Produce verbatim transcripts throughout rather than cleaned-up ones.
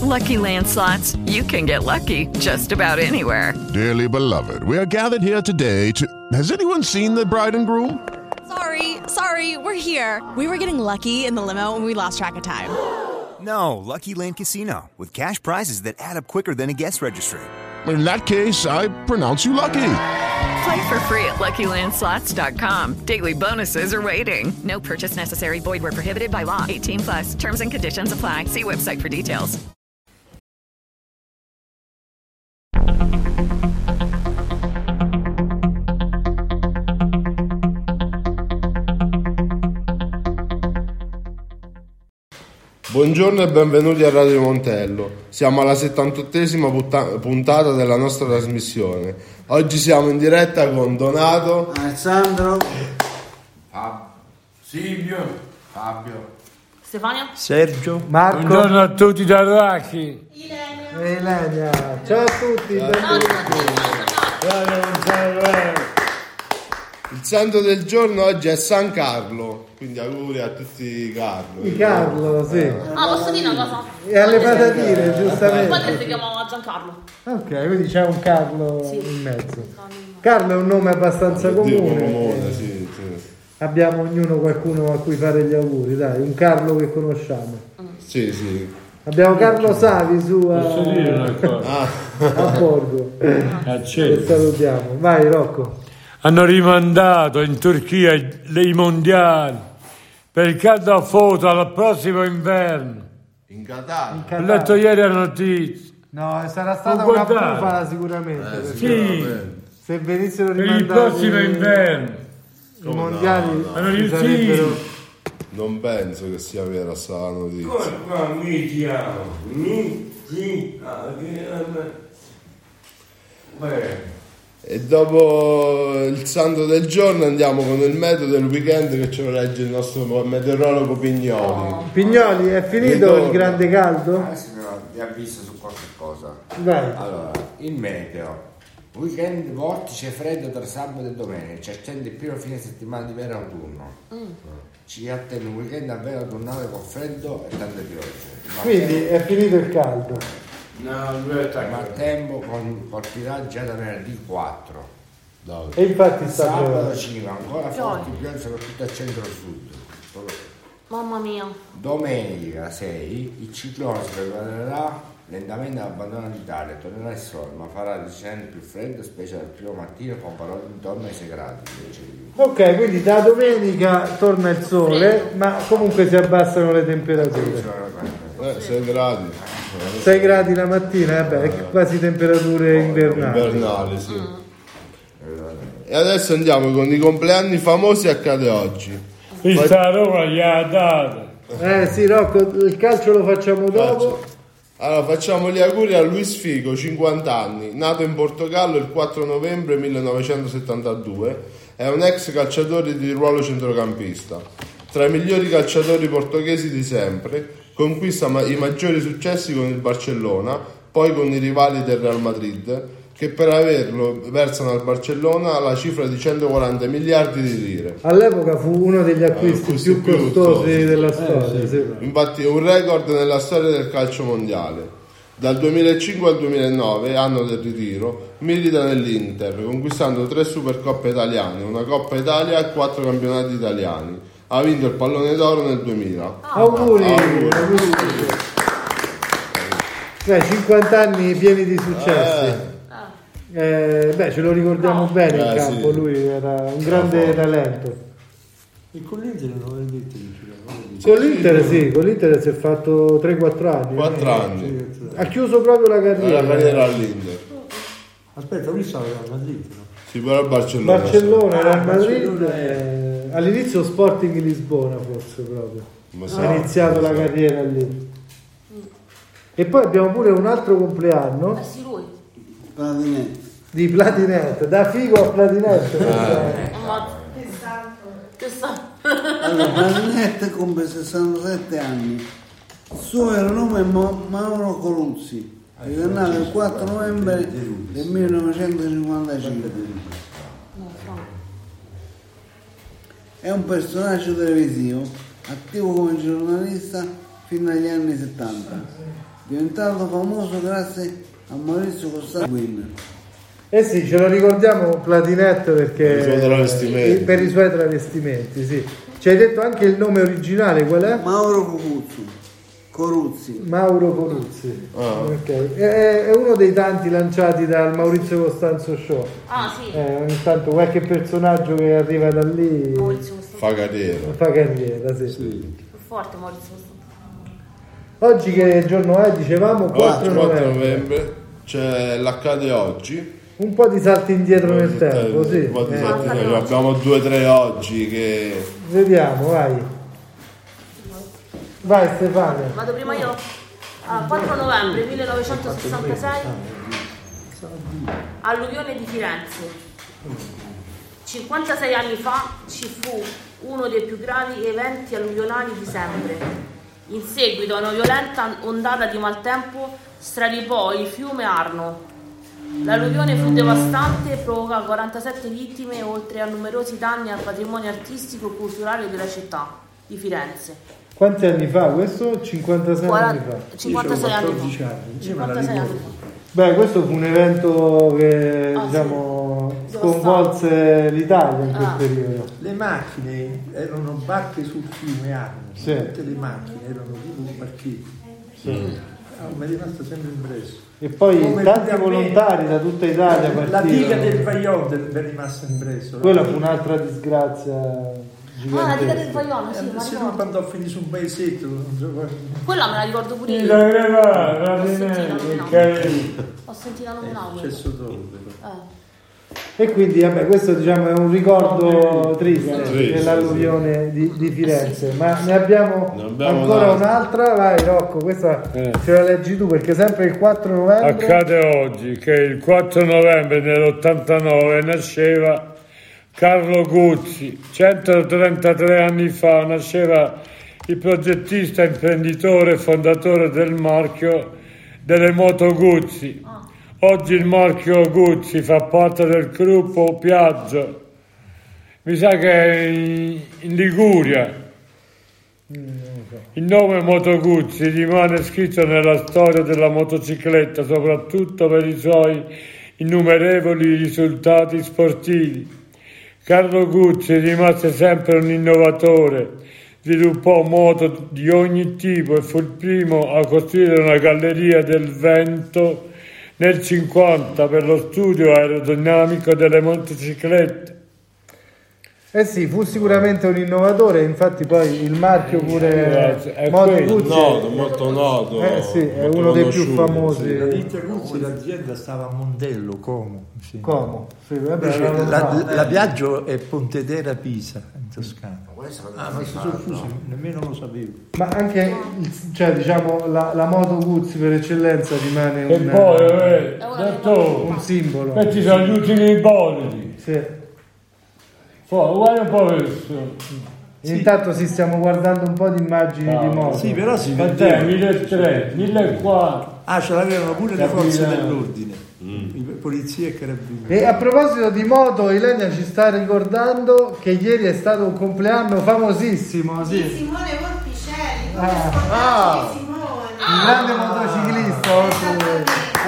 Lucky Land Slots, you can get lucky just about anywhere. Dearly beloved, we are gathered here today to... Has anyone seen the bride and groom? Sorry, sorry, we're here. We were getting lucky in the limo and we lost track of time. No, Lucky Land Casino, with cash prizes that add up quicker than a guest registry. In that case, I pronounce you lucky. Play for free at Lucky Land Slots dot com. Daily bonuses are waiting. No purchase necessary. Void where prohibited by law. eighteen plus. Terms and conditions apply. See website for details. Buongiorno e benvenuti a Radio Montello. Siamo alla settantottesima putta- puntata della nostra trasmissione. Oggi siamo in diretta con Donato, Alessandro, Fabio, Silvio, Fabio, Stefania, Sergio, Marco. Buongiorno a tutti da Racchi. Ilenia. Ilenia. Ciao a tutti, benvenuti. il santo del giorno oggi è San Carlo, quindi auguri a tutti i Carlo. I Carlo, sì. ah posso dire una cosa? E alle patatine, giustamente. Il padre si chiamava Giancarlo. Ok, quindi c'è un Carlo sì. in mezzo. Carlo è un nome abbastanza Oddio, comune. comune sì, sì. Abbiamo ognuno qualcuno a cui fare gli auguri, dai, un Carlo che conosciamo. Sì, sì. Abbiamo Carlo Savi su a, Posso dire una cosa? a bordo. Che salutiamo. Vai Rocco. Hanno rimandato in Turchia i mondiali per il caldo a foto al prossimo inverno. In Qatar. Ho letto ieri la notizia. No, sarà stata Non una guardare. bufala sicuramente. Eh, Sì, Se venissero per il rimandati prossimo inverno. i mondiali no, no. Hanno ci riuscito. sarebbero... Non penso che sia vera sta notizia. qua mi chiamo, mi chiamo, beh. E dopo il santo del giorno andiamo con il metodo del weekend che ce lo legge il nostro meteorologo Pignoli. Pignoli, è finito Ritorno. il grande caldo? Adesso vi avviso su qualche cosa. Vai. Allora, il meteo. Weekend vortice freddo tra sabato e domenica, ci attende il primo fine settimana di verano autunno. Mm. Ci attende un weekend davvero autunnale con freddo e tante piogge. Quindi è finito il caldo. No, ma il tempo con porterà già da venerdì quattro. Dai. E infatti sta Sabato piovendo. cinque, ancora forti piogge soprattutto al centro e sud. Mamma mia. Domenica sei il ciclone si preparerà lentamente abbandona l'Italia, tornerà il sole, ma farà decisamente più freddo, specie dal primo mattino con parole intorno ai sei gradi. Ok, quindi da domenica torna il sole, ma comunque si abbassano le temperature. Eh, sei gradi. sei gradi la mattina, eh beh, è quasi temperature invernali. Invernali, sì. E adesso andiamo con i compleanni famosi accade oggi. Questa Roma gli ha dato. Eh sì, Rocco, il calcio lo facciamo dopo. Allora facciamo gli auguri a Luis Figo, cinquanta anni, nato in Portogallo il quattro novembre millenovecentosettantadue, è un ex calciatore di ruolo centrocampista. Tra i migliori calciatori portoghesi di sempre, conquista ma- i maggiori successi con il Barcellona, poi con i rivali del Real Madrid, che per averlo versano al Barcellona la cifra di centoquaranta miliardi di lire. All'epoca fu uno degli acquisti acquisti più più costosi costosi. della storia. Sì. Infatti è un record nella storia del calcio mondiale. Dal duemilacinque al duemilanove, anno del ritiro, milita nell'Inter, conquistando tre Supercoppe italiane, una Coppa Italia e quattro campionati italiani. Ha vinto il pallone d'oro nel duemila. Auguri! Auguri. auguri. Beh, cinquanta anni pieni di successi. Eh, beh, ce lo ricordiamo bene in Eh, campo, sì. lui era un grande talento. E con l'Inter non l'hai detto? Con l'Inter sì, con l'Inter si è fatto tre quattro anni. quattro eh. anni. Ha chiuso proprio la carriera. La carriera all'Inter. Aspetta, lui stava al Madrid, no? Si può al Barcellona. Barcellona, Ah, Real Madrid, Barcellona eh, all'inizio Sporting Lisbona forse proprio. Ma Ha sì, iniziato sì, la sì. carriera lì. E poi abbiamo pure un altro compleanno Eh sì, lui. Platinette. Di Platinette, da Figo a Platinette. Ma che sa? Allora, Platinette compie sessantasette anni. Il suo vero nome è Ma- Mauro Coluzzi. È nato il quattro novembre del millenovecentocinquantacinque. È un personaggio televisivo, attivo come giornalista fino agli anni settanta. diventato famoso grazie a Maurizio Costanzo. Eh sì, ce lo ricordiamo Platinette perché Per i suoi travestimenti. per i suoi travestimenti, sì. Ci hai detto anche il nome originale, qual è? Mauro Coruzzi. Coruzzi. Mauro Coruzzi. Ah. Ok. È, è uno dei tanti lanciati dal Maurizio Costanzo Show. Ah, sì. Eh, ogni tanto qualche personaggio che arriva da lì Maurizio Costanzo. Fa carriera. fa carriera, sì. Più forte Maurizio Costanzo. Oggi che giorno è? Dicevamo quattro Oggi, quattro novembre. novembre, c'è l'accade oggi. Un po' di salti indietro nel tempo, sì. Un po' di Eh, salti indietro. Abbiamo due o tre oggi che... Vediamo, vai. Vai Stefania. Vado prima io. Ah, quattro novembre millenovecentosessantasei, alluvione di Firenze. cinquantasei anni fa ci fu uno dei più gravi eventi alluvionali di sempre. In seguito a una violenta ondata di maltempo straripò il fiume Arno. L'alluvione fu devastante e provocò quarantasette vittime oltre a numerosi danni al patrimonio artistico e culturale della città di Firenze. Quanti anni fa questo? cinquantasei anni fa. cinquantasei anni fa. anni. cinquantasei anni fa. Beh, questo fu un evento che Ah, diciamo sì. sconvolse l'Italia in quel Ah. periodo. Le macchine erano barche sul fiume Arno, Sì. tutte le macchine erano tipo un barchetto. Sì. Ah, mi è rimasto sempre impresso. E poi Come tanti da me, volontari da tutta Italia La partirono. diga del Vajont mi è rimasta impresso. Quella fu un'altra disgrazia Ah, la diga del gigantesca. Vaiolo, sì, ma Se ricordo. non quando ho finito su un paesetto, non so. Quella me la ricordo pure Sì, io. la greva, la Ho sentito rinelli, nominare. carino. Ho sentito nominare. Successo dopo però. Eh. E quindi vabbè, questo diciamo è un ricordo triste Triste, dell'alluvione di, di Firenze, ma ne abbiamo, Ne abbiamo ancora un'altra. un'altra. Vai Rocco, questa Eh. ce la leggi tu perché sempre il quattro novembre. Accade oggi che il quattro novembre dell'ottantanove nasceva Carlo Guzzi. centotrentatré anni fa nasceva il progettista, imprenditore e fondatore del marchio delle moto Guzzi. Oggi il marchio Guzzi fa parte del gruppo Piaggio. Mi sa che è in, in Liguria. Il nome Moto Guzzi rimane scritto nella storia della motocicletta, soprattutto per i suoi innumerevoli risultati sportivi. Carlo Guzzi rimase sempre un innovatore, sviluppò moto di ogni tipo e fu il primo a costruire una galleria del vento nel cinquanta per lo studio aerodinamico delle motociclette. Eh sì, fu sicuramente un innovatore, infatti poi il marchio pure È Moto quello, Guzzi Noto, molto noto. eh sì, è molto uno dei più conosciuto, famosi. La ditta Guzzi, l'azienda stava a Mondello, Como. Sì. Como? Sì, vabbè, Invece non lo la, so. la Piaggio è Pontedera Pisa, in Toscana. Ah, ma si sono fusi, nemmeno lo sapevo. Ma anche il- cioè, diciamo, la, la Moto Guzzi per eccellenza rimane E un, poi, eh, detto, un simbolo. questi sono gli ultimi bolidi. Sì. Poi, guarda un po' questo. Intanto si stiamo guardando un po' di immagini di moto. Sì, però si Quant'è? vedeva. milletrecento, millequattrocento. Ah, ce l'avevano pure le Capito. forze dell'ordine, i polizia e carabinieri. E a proposito di moto, Ilenia ci sta ricordando che ieri è stato un compleanno famosissimo, sì. Simone Volpicelli, come Ah. scordarci di Simone? Un grande motociclista, oltre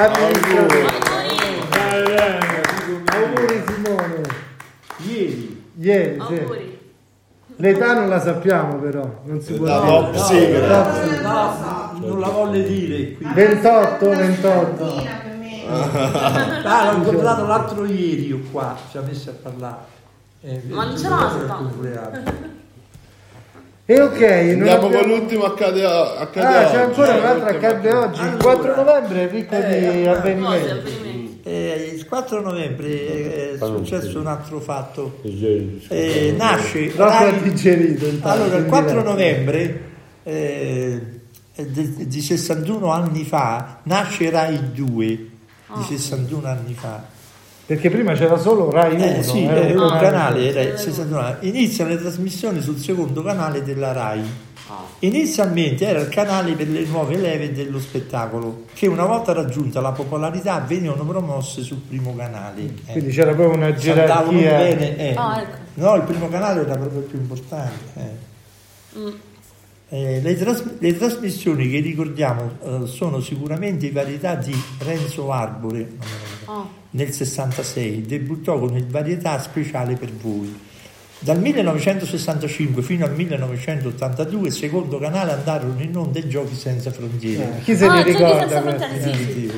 auguri Simone. Ieri. Ieri, sì. Auguri. L'età non la sappiamo però, non si può La dire. top secret. Top secret. Non la volle dire qui. ventotto, ventotto. Per me. Ah, l'ho incontrato l'altro ieri io qua, ci ha messo a parlare. Eh, Ma non eh, ce l'ha, il sta. compleanno. E ok, non Andiamo abbiamo- con l'ultimo accade, accade Ah, oggi. c'è ancora eh, un'altra l'ultimo accade oggi. Il Allora. quattro novembre è ricco Eh, di eh, Cose, avvenimenti. avvenimenti. Eh, il quattro novembre è successo un altro fatto. Eh, Eh, nasce Rocco ha Rai- digerito. intanto, allora il in quattro diretta. novembre eh, di, di sessantuno anni fa nasce Rai due di sessantuno anni fa. Perché prima c'era solo Rai uno. Eh, sì, era eh, un un canale- canale era il sessantuno anni. Iniziano le trasmissioni sul secondo canale della Rai. Inizialmente era il canale per le nuove leve dello spettacolo, che una volta raggiunta la popolarità venivano promosse sul primo canale. Eh. Quindi c'era proprio una Saltavano gerarchia. bene, eh. Ah, ecco. No, il primo canale era proprio più importante. eh. Mm. Eh, le, tras- le trasmissioni che ricordiamo eh, sono sicuramente varietà di Renzo Arbore, Oh. nel sessantasei, debuttò con il Varietà Speciale per voi. Dal millenovecentosessantacinque fino al millenovecentottantadue il secondo canale andarono in onda i Giochi Senza Frontiere. Eh, chi se ne Ah, Giochi ricorda? Senza questo? Frontiere, sì, sì.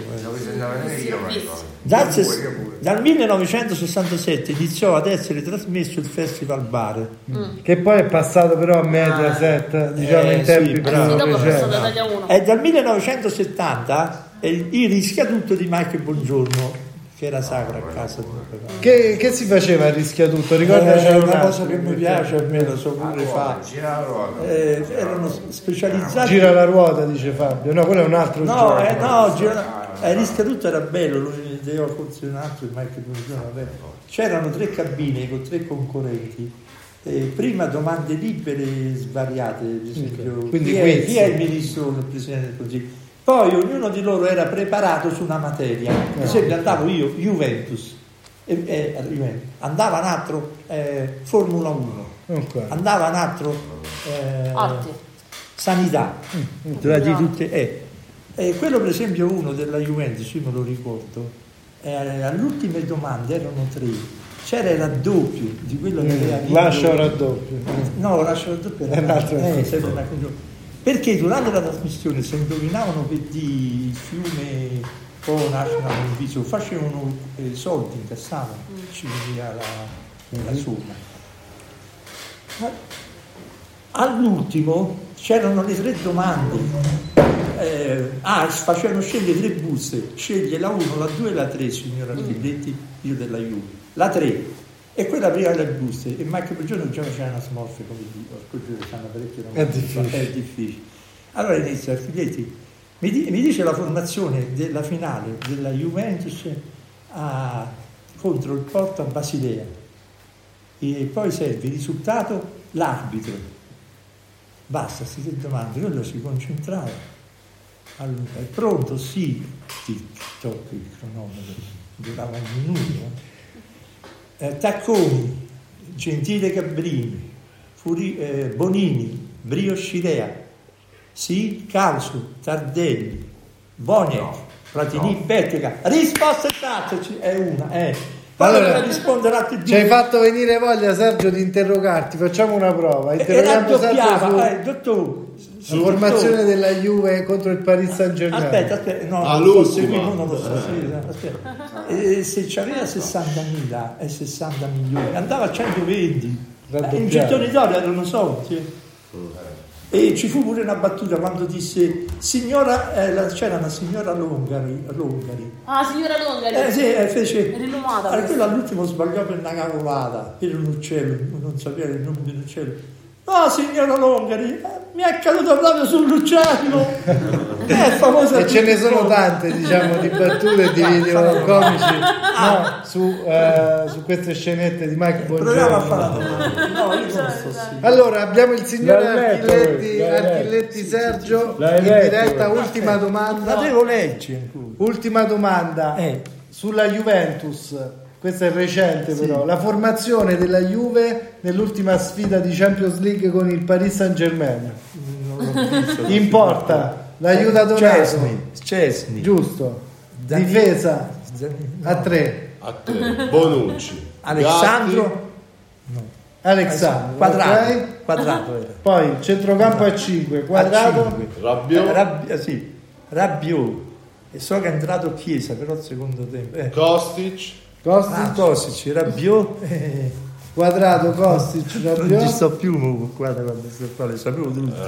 Dal, ses- dal millenovecentosessantasette iniziò ad essere trasmesso il Festival Bar. Mm. Che poi è passato però a Mediaset, diciamo Eh, in tempi sì, più bravo. Sì, dopo è recenti. passato a Italia uno. E dal millenovecentosettanta è il, il Rischiatutto di Mike Bongiorno, che era sacro a casa. Che, che si faceva a Rischiatutto? Ricordaci Eh, è un una attimo. cosa che mi piace, a me lo so pure fare. Eh, erano specializzati. Gira la ruota, dice Fabio. No, quello è un altro No, gioco. eh, no, gira... eh, Rischiatutto era bello, lo ideò forse un altro, il Mike Bongiorno, vabbè. C'erano tre cabine con tre concorrenti. Eh, prima domande libere svariate, per esempio, Quindi chi, è, quiz. chi è il ministro del Presidente del Consiglio? Poi ognuno di loro era preparato su una materia. Per esempio andavo io, Juventus, e, e, Juventus. andava un altro, eh, Formula uno, Ok. andava un altro, eh, Arte. sanità, Mm, tra di tutte. Eh. E quello per esempio uno della Juventus, io me lo ricordo, eh, alle ultime domande erano tre. C'era il raddoppio di quello che aveva vinto. Lascia un raddoppio. No, lascia il raddoppio È un'altra eh, cosa. sempre una cosa. Perché durante la trasmissione, se indovinavano per di il fiume o nascono in viso, facevano eh, soldi, incassavano, ci veniva la, la somma. Ma all'ultimo c'erano le tre domande. Eh, ah, facevano scegliere tre buste, sceglie la uno, la due e la tre, signora Archidetti, io della Juve. La tre. E quella apriva le buste e Mike Bongiorno già faceva una smorfia, come dico, scusi, fanno parecchio da È difficile. è difficile. Allora inizia Archidetti, mi, di- mi dice la formazione della finale della Juventus a- contro il Porto a Basilea e poi serve il risultato, l'arbitro. Basta, si domande, quello si concentrava. Allora, è pronto? Sì. Tic-toc, il cronometro, durava un minuto. Eh, Tacconi, Gentile Cabrini, Furi- eh, Bonini, Brio Scirea, sì, Causu, Tardelli, Boniek, Platini, no. Bettega. Risposta esatta, ci- è una, eh. Poi Allora, allora rispondere altri ci hai due. fatto venire voglia, Sergio, di interrogarti. Facciamo una prova. E Interroghiamo Sergio raddoppiava, su eh, dottor. la formazione della Juve contro il Paris Saint Germain. Aspetta, aspetta, no, Ah, non l'ultima. fosse qui, non lo so, sì, aspetta. E se c'aveva sessantamila e sessanta milioni, andava a centoventi. Eh, in gettoni d'oro erano soldi. eh. E ci fu pure una battuta quando disse signora, eh, la- c'era una signora Longari, Longari. Ah, signora Longari. Eh sì, eh, fece. Rinumata. Allora, quello all'ultimo sbagliò per una cavolata, per un uccello, non sapeva il nome dell'uccello. No, signora Longari, eh, mi è caduto proprio sull'uccello. È famosa. E ce ne sono tutti. tante, diciamo, di battute e di video comici no, su, eh, su queste scenette di Mike Proviamo a Bongiorno. fare la domanda. No, io non so. Sì. Allora, abbiamo il signore L'hai letto, Archiletti, l'hai letto. Archiletti Sergio L'hai in letto, diretta, eh. ultima La domanda. devo leggere ancora. Ultima domanda Eh. sulla Juventus. Questa è recente però. La formazione della Juve nell'ultima sfida di Champions League con il Paris Saint Germain. Non l'ho visto. In porta, l'aiuta Donato. Cesni, Cesni. Giusto. Dani- Difesa Zan- a tre. A te. Bonucci. Alessandro. No. Alexandro. Quadrato. ok? Quadrato era. Poi centrocampo a cinque. Quadrato. A cinque. Rabiot. Eh, Rabbi- eh, sì. Rabiot. E so che è entrato Chiesa, però al secondo tempo. Eh. Kostic. Kostic. Ah, Kostic, Rabiot. Eh. Quadrato, Kostic, Non ci Rabiot. sto più, mo, guarda quando sto qua, le sapevo tutte.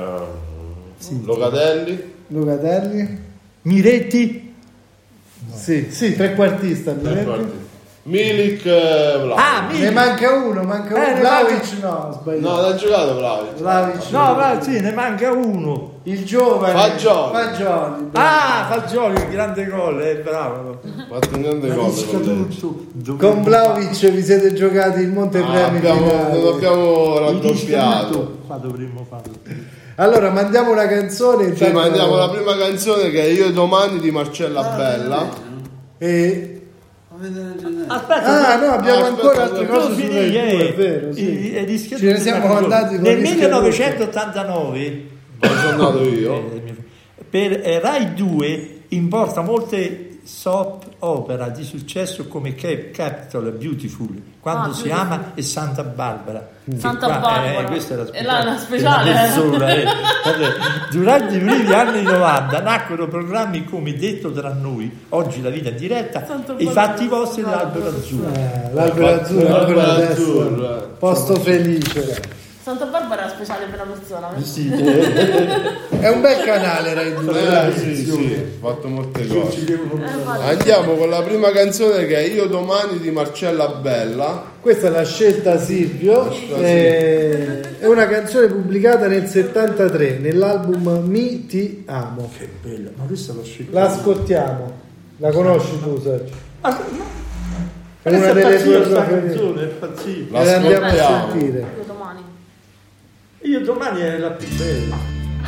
Eh, Locatelli. Locatelli. Miretti. Sì, sì, trequartista. Miretti. Milik. eh, Vlahovic. Ah, Ne Miretti. manca uno, manca Eh, uno. ne Vlahovic no, ho sbagliato. No, non ha giocato Vlahovic. Vlahovic. No, ma sì, ne manca uno. Il giovane. Fagioli. Fagioli. bravo. Ah, Fagioli, il grande gol, è bravo. Fatto un grande Ma gol rischia con Lecce. tutto. Dovremmo Con Vlahovic vi siete giocati il Montepremi Ah, abbiamo, finale. non abbiamo fare- rischia raddoppiato. tutto. Qua dovremmo farlo. Allora mandiamo una canzone. Sì, intanto- mandiamo la prima canzone che è Io domani di Marcella Bella. E Aspetta, ah no, abbiamo aspetta, ancora altre non cose su Rai finì, due, eh, è vero, sì. i- i rischi Ce ne tutti siamo tanti andati giorni. con nel i rischi millenovecentottantanove Dove sono andato io? eh, per eh, Rai due importa molte soap opera di successo come Cape Capital, Beautiful, Quando Ah, si Beautiful. ama e Santa Barbara. Che Santa qua, Barbara. eh, questa era E là è una speciale. speciale, Una eh. persona, eh. Vabbè, durante i primi anni novanta nacquero programmi come Detto tra noi, Oggi la vita in diretta, Santa e I Barbara. fatti vostri e l'albero azzurro. Eh, l'albero azzurro ancora L'albero adesso, azzurro. posto felice. Santa Barbara è speciale per una persona. eh? Sì, eh. È un bel canale Rai due. Eh, sì, sì, ho fatto molte cose. Eh, infatti. Andiamo con la prima canzone che è Io domani di Marcella Bella. Questa è la scelta Silvio, è, è una canzone pubblicata nel settantatré nell'album Mi ti amo. Che bella, ma questa l'ho scelta. La ascoltiamo, la conosci tu Sergio? Ah, no. È una Questa delle pazzia, tue sta preferite. canzone, è pazzia. La La andiamo a ascoltiamo. sentire. Io domani. Io domani è la più bella.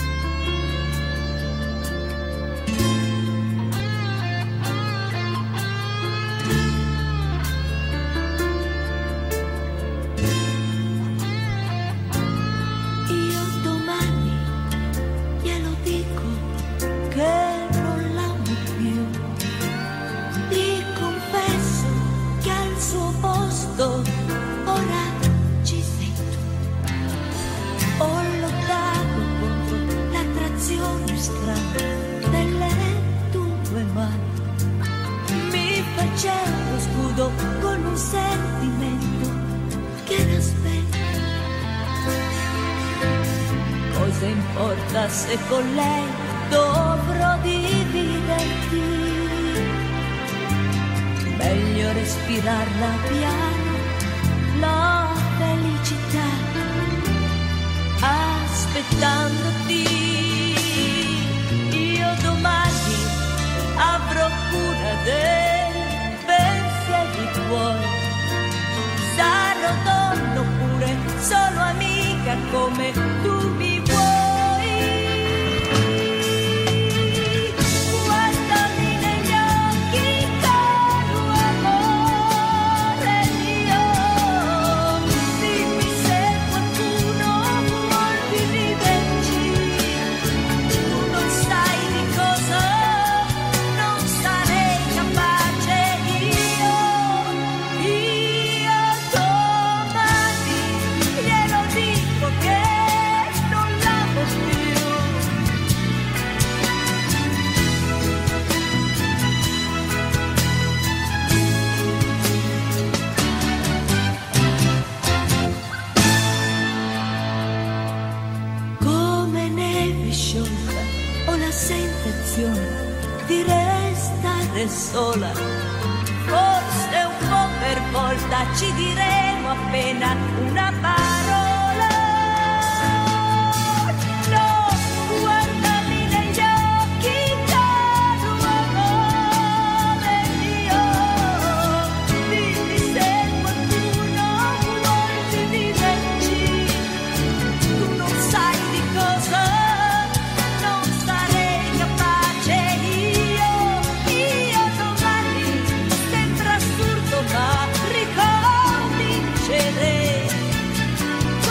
Io domani glielo dico che non l'amo più. Ti confesso che al suo posto ora ci sei tu. Ho lottato contro l'attrazione strana delle tue mani. Mi facevo scudo con un sentimento che naspetti. Cosa importa se con lei dovrò dividerti? Meglio respirarla piano, la felicità, aspettandoti. Io domani avrò cura dei pensieri tuoi. Sarò donna oppure solo amica come tu mi vuoi. Guardami negli occhi caro amore mio. Dimmi se qualcuno vuol dividerci. Tu non sai di cosa non sarei capace io. Io domani glielo dico che non l'amo più. Come neve sciolta ho la sensazione di restare sola. Forse un po' per volta ci diremo appena una parola. No, guardami negli occhi caro amore mio. Dimmi se qualcuno vuol dividerci. Tu non sai di cosa non sarei capace io. Io domani sembra assurdo ma ricomincerei.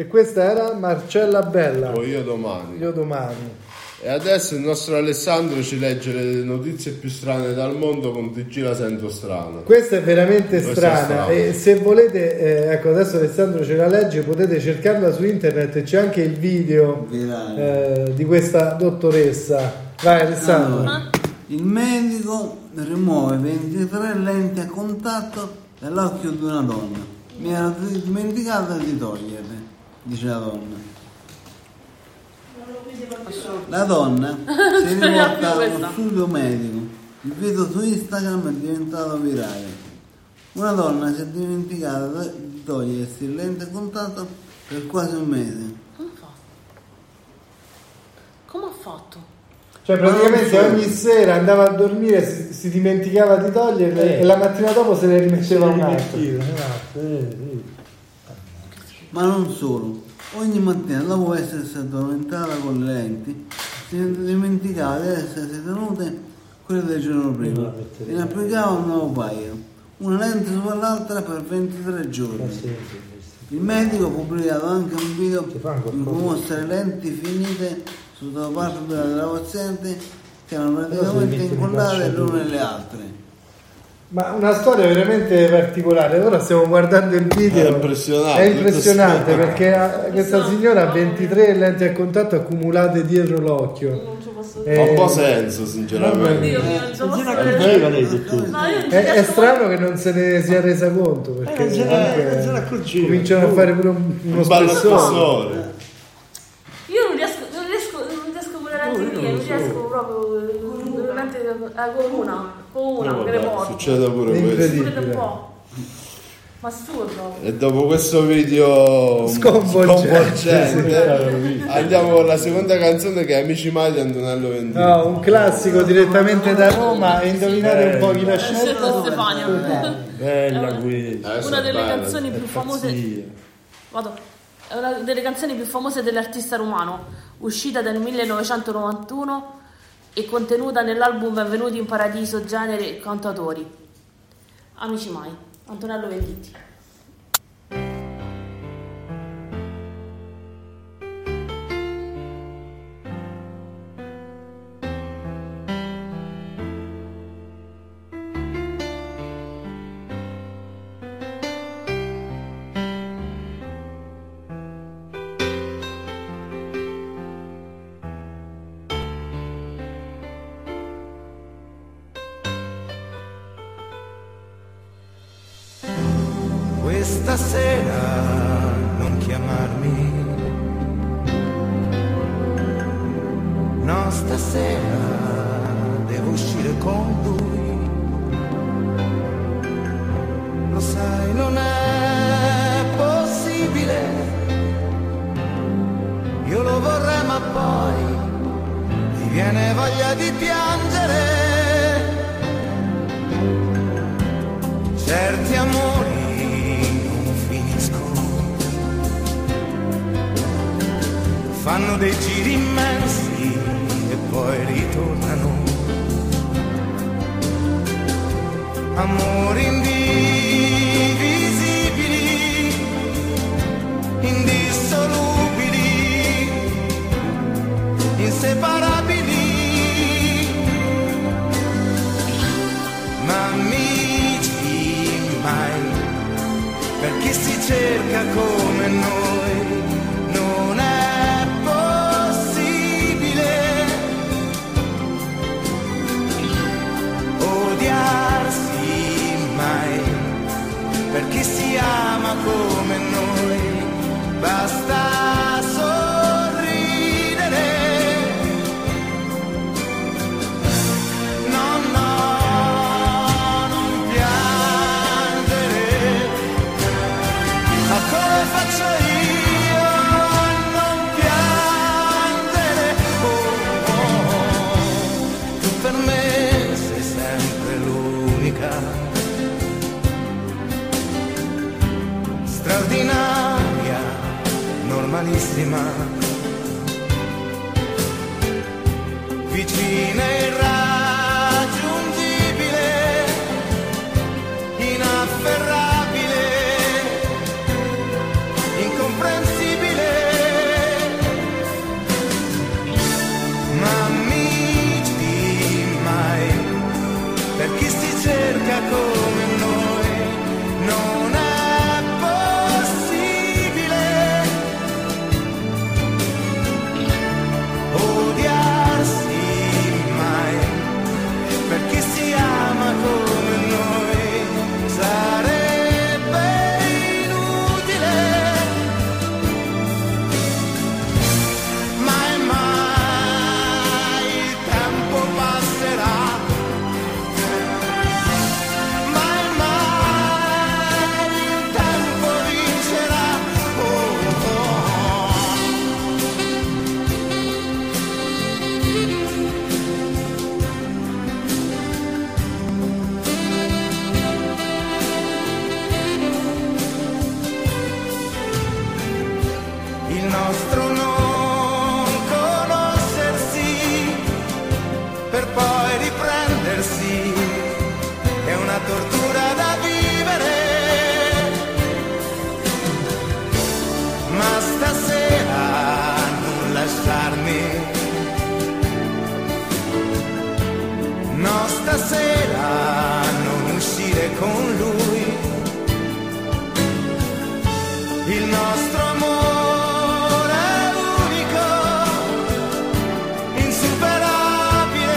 E questa era Marcella Bella. O io domani. Io domani. E adesso il nostro Alessandro ci legge le notizie più strane dal mondo con T G La Sento Strana. Questa è veramente Questa strana. è strana. E se volete, eh, ecco, adesso Alessandro ce la legge, potete cercarla su internet e c'è anche il video eh, di questa dottoressa. Vai Alessandro. Allora, il medico rimuove ventitré lenti a contatto dall'occhio di una donna. Mi ero dimenticata di toglierle, dice la donna. La donna si è rivolta allo studio medico. Il video su Instagram è diventato virale. Una donna si è dimenticata di togliersi il lente a contatto per quasi un mese. Come fa? Come ha fatto? Cioè praticamente ogni sera andava a dormire, si, si dimenticava di toglierle Eh. e la mattina dopo se ne rimetteva un altro. Ma non solo, ogni mattina dopo essersi addormentata con le lenti si dimenticava di essersi tenute quelle del giorno prima e ne applicava un nuovo paio, una lente sopra l'altra per ventitré giorni. Il medico ha pubblicato anche un video in cui mostra le lenti finite sulla parte della paziente che erano praticamente incollate l'una nelle altre. Ma una storia veramente particolare. Ora stiamo guardando il video. È impressionante. È impressionante Tutto perché ha- questa signora ha ventitré lenti a contatto accumulate dietro l'occhio. Ha un po' senso, sinceramente. Dio mio, non ce la posso Non vedere. accorgeva lei del tutto. No, io non ci È, è riesco strano che non se ne sia resa conto perché Eh, non se ne- comunque non se ne accorgeva. cominciano a fare pure un- uno Un ballo spessore. spessore. Io non riesco, non riesco, non riesco con le lenti mie, non riesco proprio con le lenti, eh, con una, con una, Eh, che le vabbè, porto. succede pure questo. Incredibile. Pure un po'. Ma assurdo. E dopo questo video Sconvolgente. sconvolgente, andiamo con la seconda canzone che è Amici Mai di Antonello Venditti. No, un classico direttamente da Roma. E indovinate un po' chi l'ha scelto? Stefania. Bella quella. Una delle bella, canzoni più famose. Vado. È una delle canzoni più famose dell'artista romano, uscita nel millenovecentonovantuno e contenuta nell'album Benvenuti in Paradiso, genere e cantatori. Amici Mai, Antonello Venditti. Questa sera non chiamarmi, no, stasera devo uscire con lui. Lo sai, non è possibile, io lo vorrei ma poi mi viene voglia di piangere. Certi amori fanno dei giri immensi e poi ritornano. Amori indivisibili, indissolubili, inseparabili, ma amici mai, per chi si cerca come noi. Non è possibile odiarsi mai, per chi si ama come noi. Basta sorridere, no, no, non piangere, ma come faccio io? Straordinaria, normalissima, vicina e irraggiungibile, inafferrabile, incomprensibile, sera non uscire con lui. Il nostro amore è unico, insuperabile,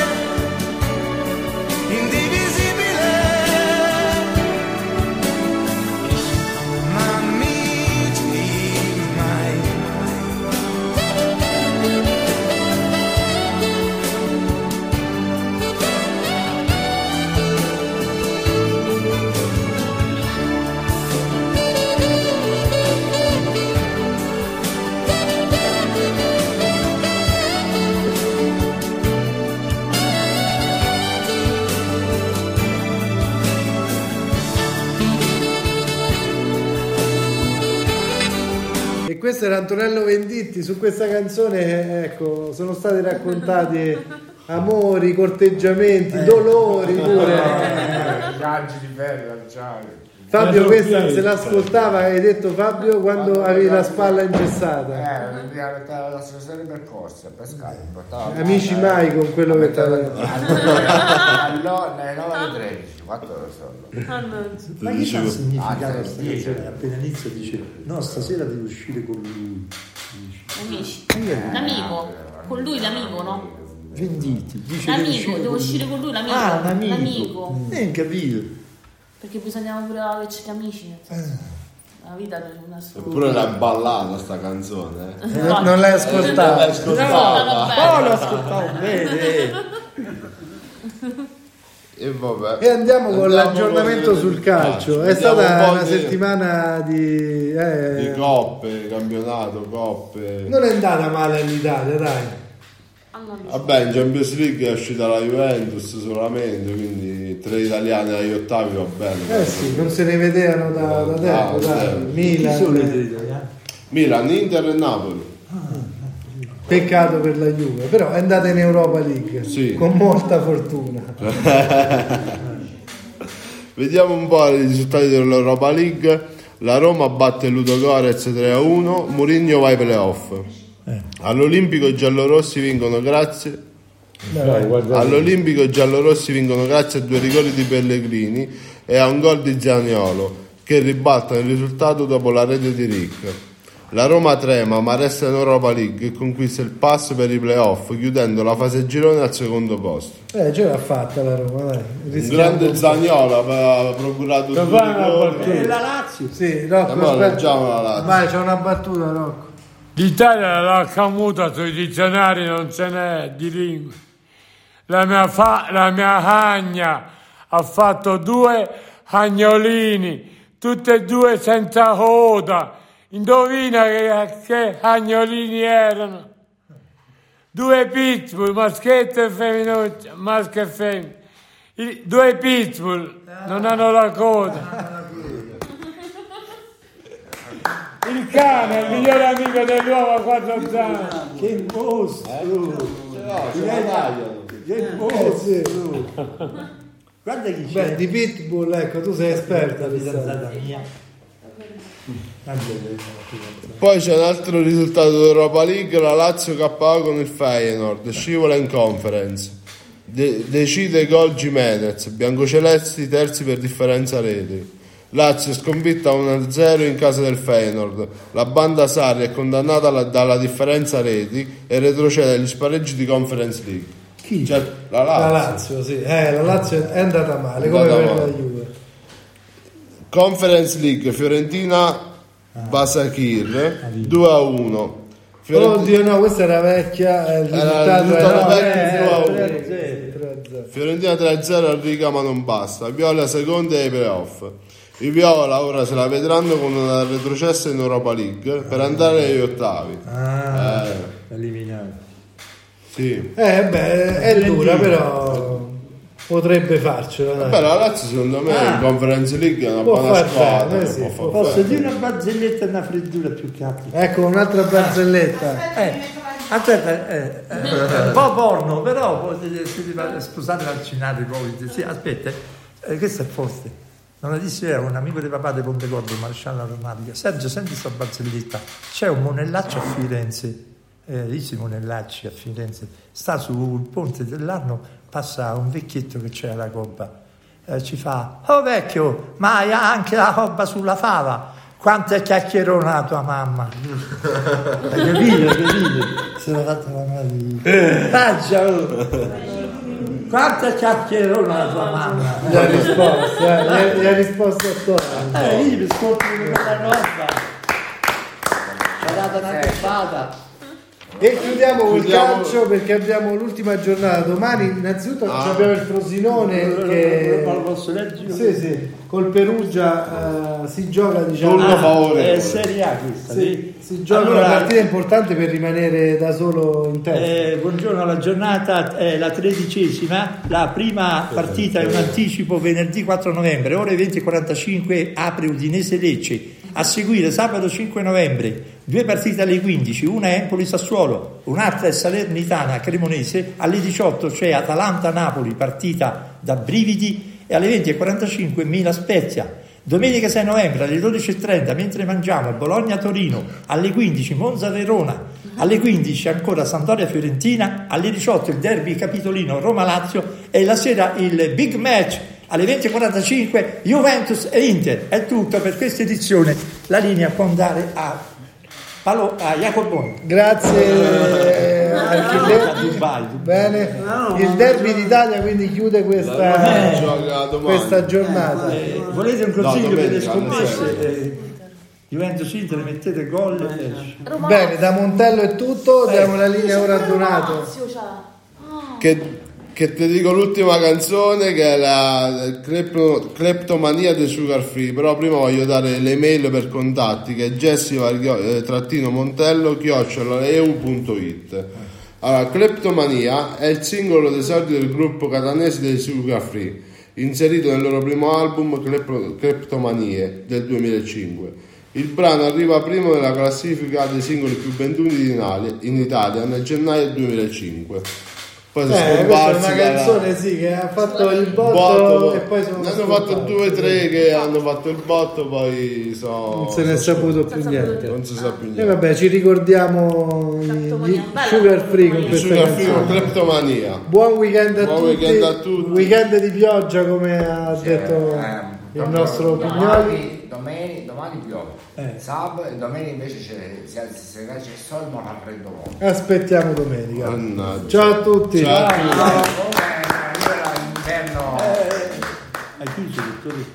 indivisibile, ma amici mai. E questo era Antonello Venditti. Su questa canzone, ecco, sono stati raccontati amori, corteggiamenti, dolori pure. Raggi di ferro, acciaio. Fabio questa se l'ascoltava, hai detto Fabio, quando avevi la spalla ingessata. Eh, mi aveva la stazione percorsa, pescare, portava Amici mai con quello che ti aveva allora nelle nove alle tredici, quattro ore sono. Ma che sta significato Ah, questa sì, canzone? sì. Appena inizia dice no, stasera devo uscire con lui. Amici. L'amico. Con lui l'amico, no? Venditti, dice L'amico, devo uscire con lui, l'amico. Ah, un amico. L'amico. Eh, capito. Perché bisognava pure averci gli amici. nel senso, La vita è una sola. Eppure l'ha ballata sta canzone. Eh. Eh, non l'hai ascoltata. Non l'hai ascoltata. No, l'ho ascoltato bene. E vabbè. E andiamo con Andiamo l'aggiornamento con- sul calcio. È Vediamo stata un po' una di- settimana di. eh, Di coppe, campionato, coppe. Non è andata male all'Italia, dai. Vabbè, in Champions League è uscita la Juventus solamente, quindi tre italiani agli ottavi va bene. Eh sì, non se ne vedevano da, da tempo, Ah, dai. sì. Milan. Chi sono i tre italiani? Milan, Inter e Napoli. Peccato per la Juve, però è andata in Europa League Sì. con molta fortuna. Vediamo un po' i risultati dell'Europa League. La Roma batte Ludogorets tre a uno, Mourinho va ai playoff. All'Olimpico i giallorossi vincono grazie Dai, guarda. All'Olimpico i giallorossi vincono grazie a due rigori di Pellegrini e a un gol di Zaniolo che ribaltano il risultato dopo la rete di Rick. La Roma trema ma resta in Europa League e conquista il pass per i playoff chiudendo la fase girone al secondo posto. Eh, ce l'ha fatta la Roma, dai. Un Rischiamo grande un po'. Zaniolo aveva procurato Lo due fai una rigori. battuta? Eh, la Lazio? Sì, Rocco, Eh, ma aspetta. leggiamo la Lazio. Vai, c'è una battuta, Rocco. L'Italia la camuta sui dizionari non ce n'è di lingue. La mia, fa- la mia cagna ha fatto due cagnolini, tutte e due senza coda. Indovina che, che cagnolini erano? Due pitbull, maschetto e femminuccia, maschio e femmina. I- due pitbull non hanno la coda. Il cane è il migliore amico dell'uomo a quattro zampe. Che mostro! Che mostro! Guarda chi c'è. Beh, di Pitbull, ecco, tu sei esperta. La di sta- fidanzata mia. Poi c'è un altro risultato dell'Europa League, la Lazio K O con il Feyenoord, scivola in conference. De- decide gol Gimenez, biancocelesti terzi per differenza reti. Lazio sconfitta uno a zero in casa del Feyenoord. La banda Sarri è condannata alla- dalla differenza reti e retrocede agli spareggi di Conference League. Chi? Cioè, la Lazio. La Lazio, sì. Eh, la Lazio è andata male, È come andata per male. la Juve. Conference League, Fiorentina Basakir due a uno. Oddio, no, questa era vecchia. eh, Il Era risultato il risultato era vecchio, eh, due a uno. tre a zero. Fiorentina tre a zero, Enrica ma non basta. Viola seconda ai playoff. I Viola ora se la vedranno con una retrocessa in Europa League per andare agli ottavi. Ah, Eh, eliminato. sì. Eh, beh, è dura, però potrebbe farcela. dai. Beh, la Lazio secondo me Ah. in Conference League è una Può buona far squadra. bene, sì, può può far Posso bene. dire una barzelletta e una freddura più che altro? Ecco, un'altra barzelletta. Eh, aspetta, eh, eh, un po' porno, però potete- siete- scusate l'alcinate Covid. Sì, aspetta, eh, questo è forte. Non la dissi, era un amico di papà di Pontecorvo, il maresciallo aromatica. Sergio, senti sta barzelletta. C'è un monellaccio a Firenze eh, di Simone Lacci a Firenze, sta sul ponte dell'Arno, passa un vecchietto che c'è alla gobba, eh, ci fa: oh vecchio, ma hai anche la gobba sulla fava? Quanto è chiacchierona la tua mamma? Hai capito? Hai capito? Se l'ha fatta la madre. Taggia! Quanto è chiacchierona la tua mamma? Gli ha risposto, eh, gli, ha, gli ha risposto a torno. Eh, io mi scopro quella roba. Ci ha dato una coppata. E chiudiamo col Chiudiamo- calcio perché abbiamo l'ultima giornata domani. Innanzitutto Ah. abbiamo il Frosinone che Lo posso leggere? sì, sì, col Perugia eh, si gioca, diciamo, Turno favorevole. È Serie A questa, sì, sì. si gioca Allora, una partita importante per rimanere da solo in testa. Eh, buongiorno, la giornata è la tredicesima, la prima partita è un anticipo venerdì quattro novembre, ore venti e quarantacinque apre Udinese Lecce, a seguire sabato cinque novembre due partite alle quindici, una è Empoli Sassuolo, un'altra è Salernitana Cremonese, alle diciotto c'è Atalanta Napoli, partita da brividi, e alle venti e quarantacinque Milan Spezia. Domenica sei novembre alle dodici e trenta, mentre mangiamo, Bologna-Torino, alle quindici Monza-Verona, alle quindici ancora Sampdoria-Fiorentina, alle diciotto il derby capitolino Roma-Lazio e la sera il big match alle venti e quarantacinque Juventus e Inter. È tutto per questa edizione, la linea può andare a, Palo, a Jacoboni. Grazie Architetto. Bene, il derby d'Italia quindi chiude questa, Eh. Gioca domani. questa giornata. Eh, volete un No, consiglio per le domenica, alle scommesse? Eh, Juventus Inter, mettete gol e esce. Bene, da Montello è tutto, diamo la linea ora a Donato. Che, che ti dico l'ultima canzone che è la Clepto- Kleptomania dei Sugar Free, però prima voglio dare le mail per contatti che è jessica-montello chiocciola e u punto it. Allora, Kleptomania è il singolo d'esordio del gruppo catanese dei Sugar Free, inserito nel loro primo album Klep- Kleptomanie del duemilacinque. Il brano arriva primo nella classifica dei singoli più venduti in Italia, in Italia nel gennaio duemilacinque. Poi sono Eh, questa è scomparsi una dalla- canzone sì, che ha fatto il botto, botto, e poi sono ne hanno fatto scomparsi. due o tre che hanno fatto il botto, poi sono Non se ne è saputo più niente. non si sa più E niente. vabbè, ci ricordiamo gli, gli Sugar Free con Il questa Sugar Free con canzone. Kleptomania. Buon weekend a, Buon tutti. weekend a tutti. Weekend di pioggia, come ha detto il nostro Pignoli. Domani, domani, domani piove, Eh. sabato e domenica invece c'è, se se c'è il sole ma fa freddo molto. Aspettiamo domenica. Mannaggia. Ciao a tutti. Ciao a tutti. L'inverno Hai chiuso, dottore?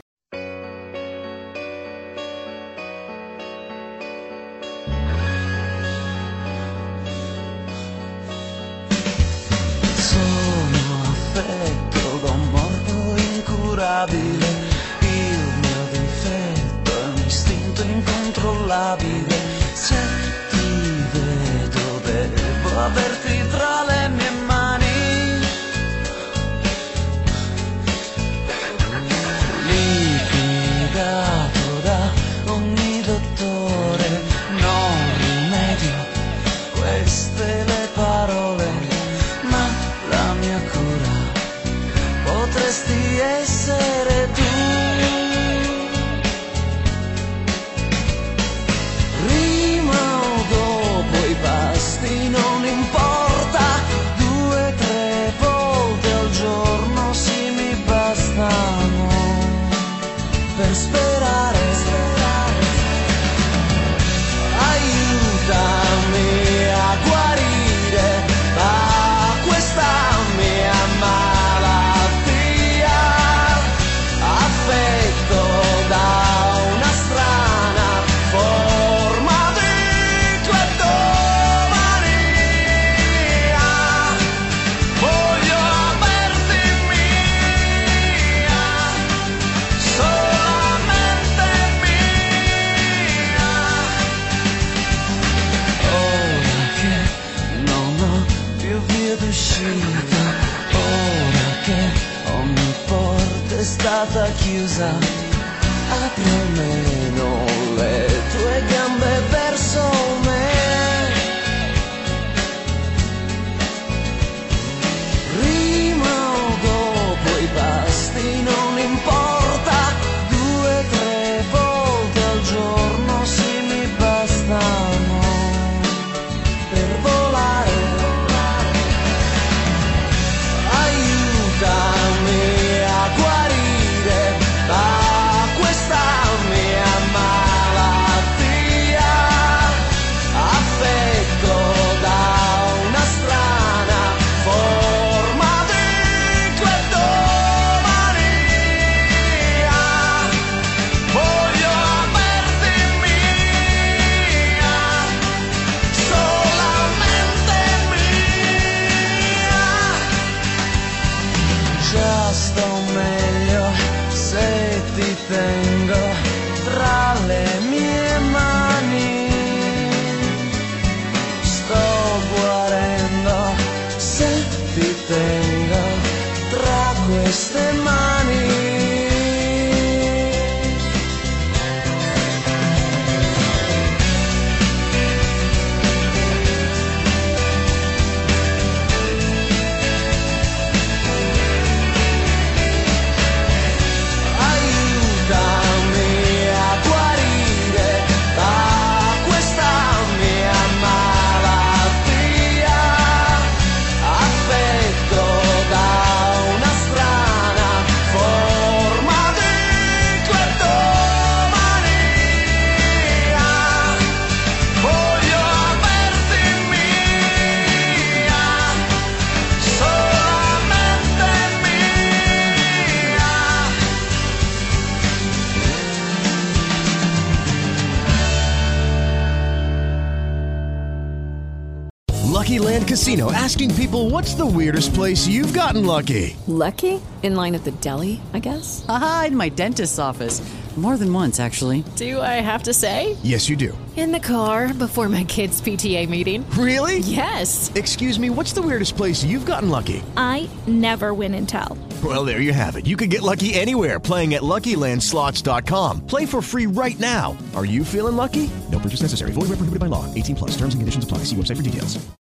Sono affetto da un morbo incurabile, il mio difetto è un istinto incontrollabile. Se ti vedo devo averti tra le mie mani. Liquidato da ogni dottore, non rimedio queste le parole, ma la mia cura potresti essere tu. Prima o dopo i pasti non importa, due tre volte al giorno sì mi bastano per sperare. Aiutami a guarire da questa mia malattia, affetto da una strana forma di cleptomania. Voglio averti mia, solamente mia. Ora che non ho più via d'uscita, ora che ogni porta è stata chiusa, apri almeno le tue gambe verso me. Prima o dopo i pasti non importa, due tre volte al giorno sì mi bastano per volare. Ora sto meglio se ti tengo tra le mie mani. Sto guarendo se ti tengo tra queste mani. Lucky Land Casino, asking people, what's the weirdest place you've gotten lucky? Lucky? In line at the deli, I guess? Aha, in my dentist's office. More than once, actually. Do I have to say? Yes, you do. In the car before my kids' P T A meeting. Really? Yes. Excuse me, what's the weirdest place you've gotten lucky? I never win and tell. Well, there you have it. You can get lucky anywhere, playing at Lucky Land Slots dot com. Play for free right now. Are you feeling lucky? No purchase necessary. Void where prohibited by law. eighteen plus. Terms and conditions apply. See website for details.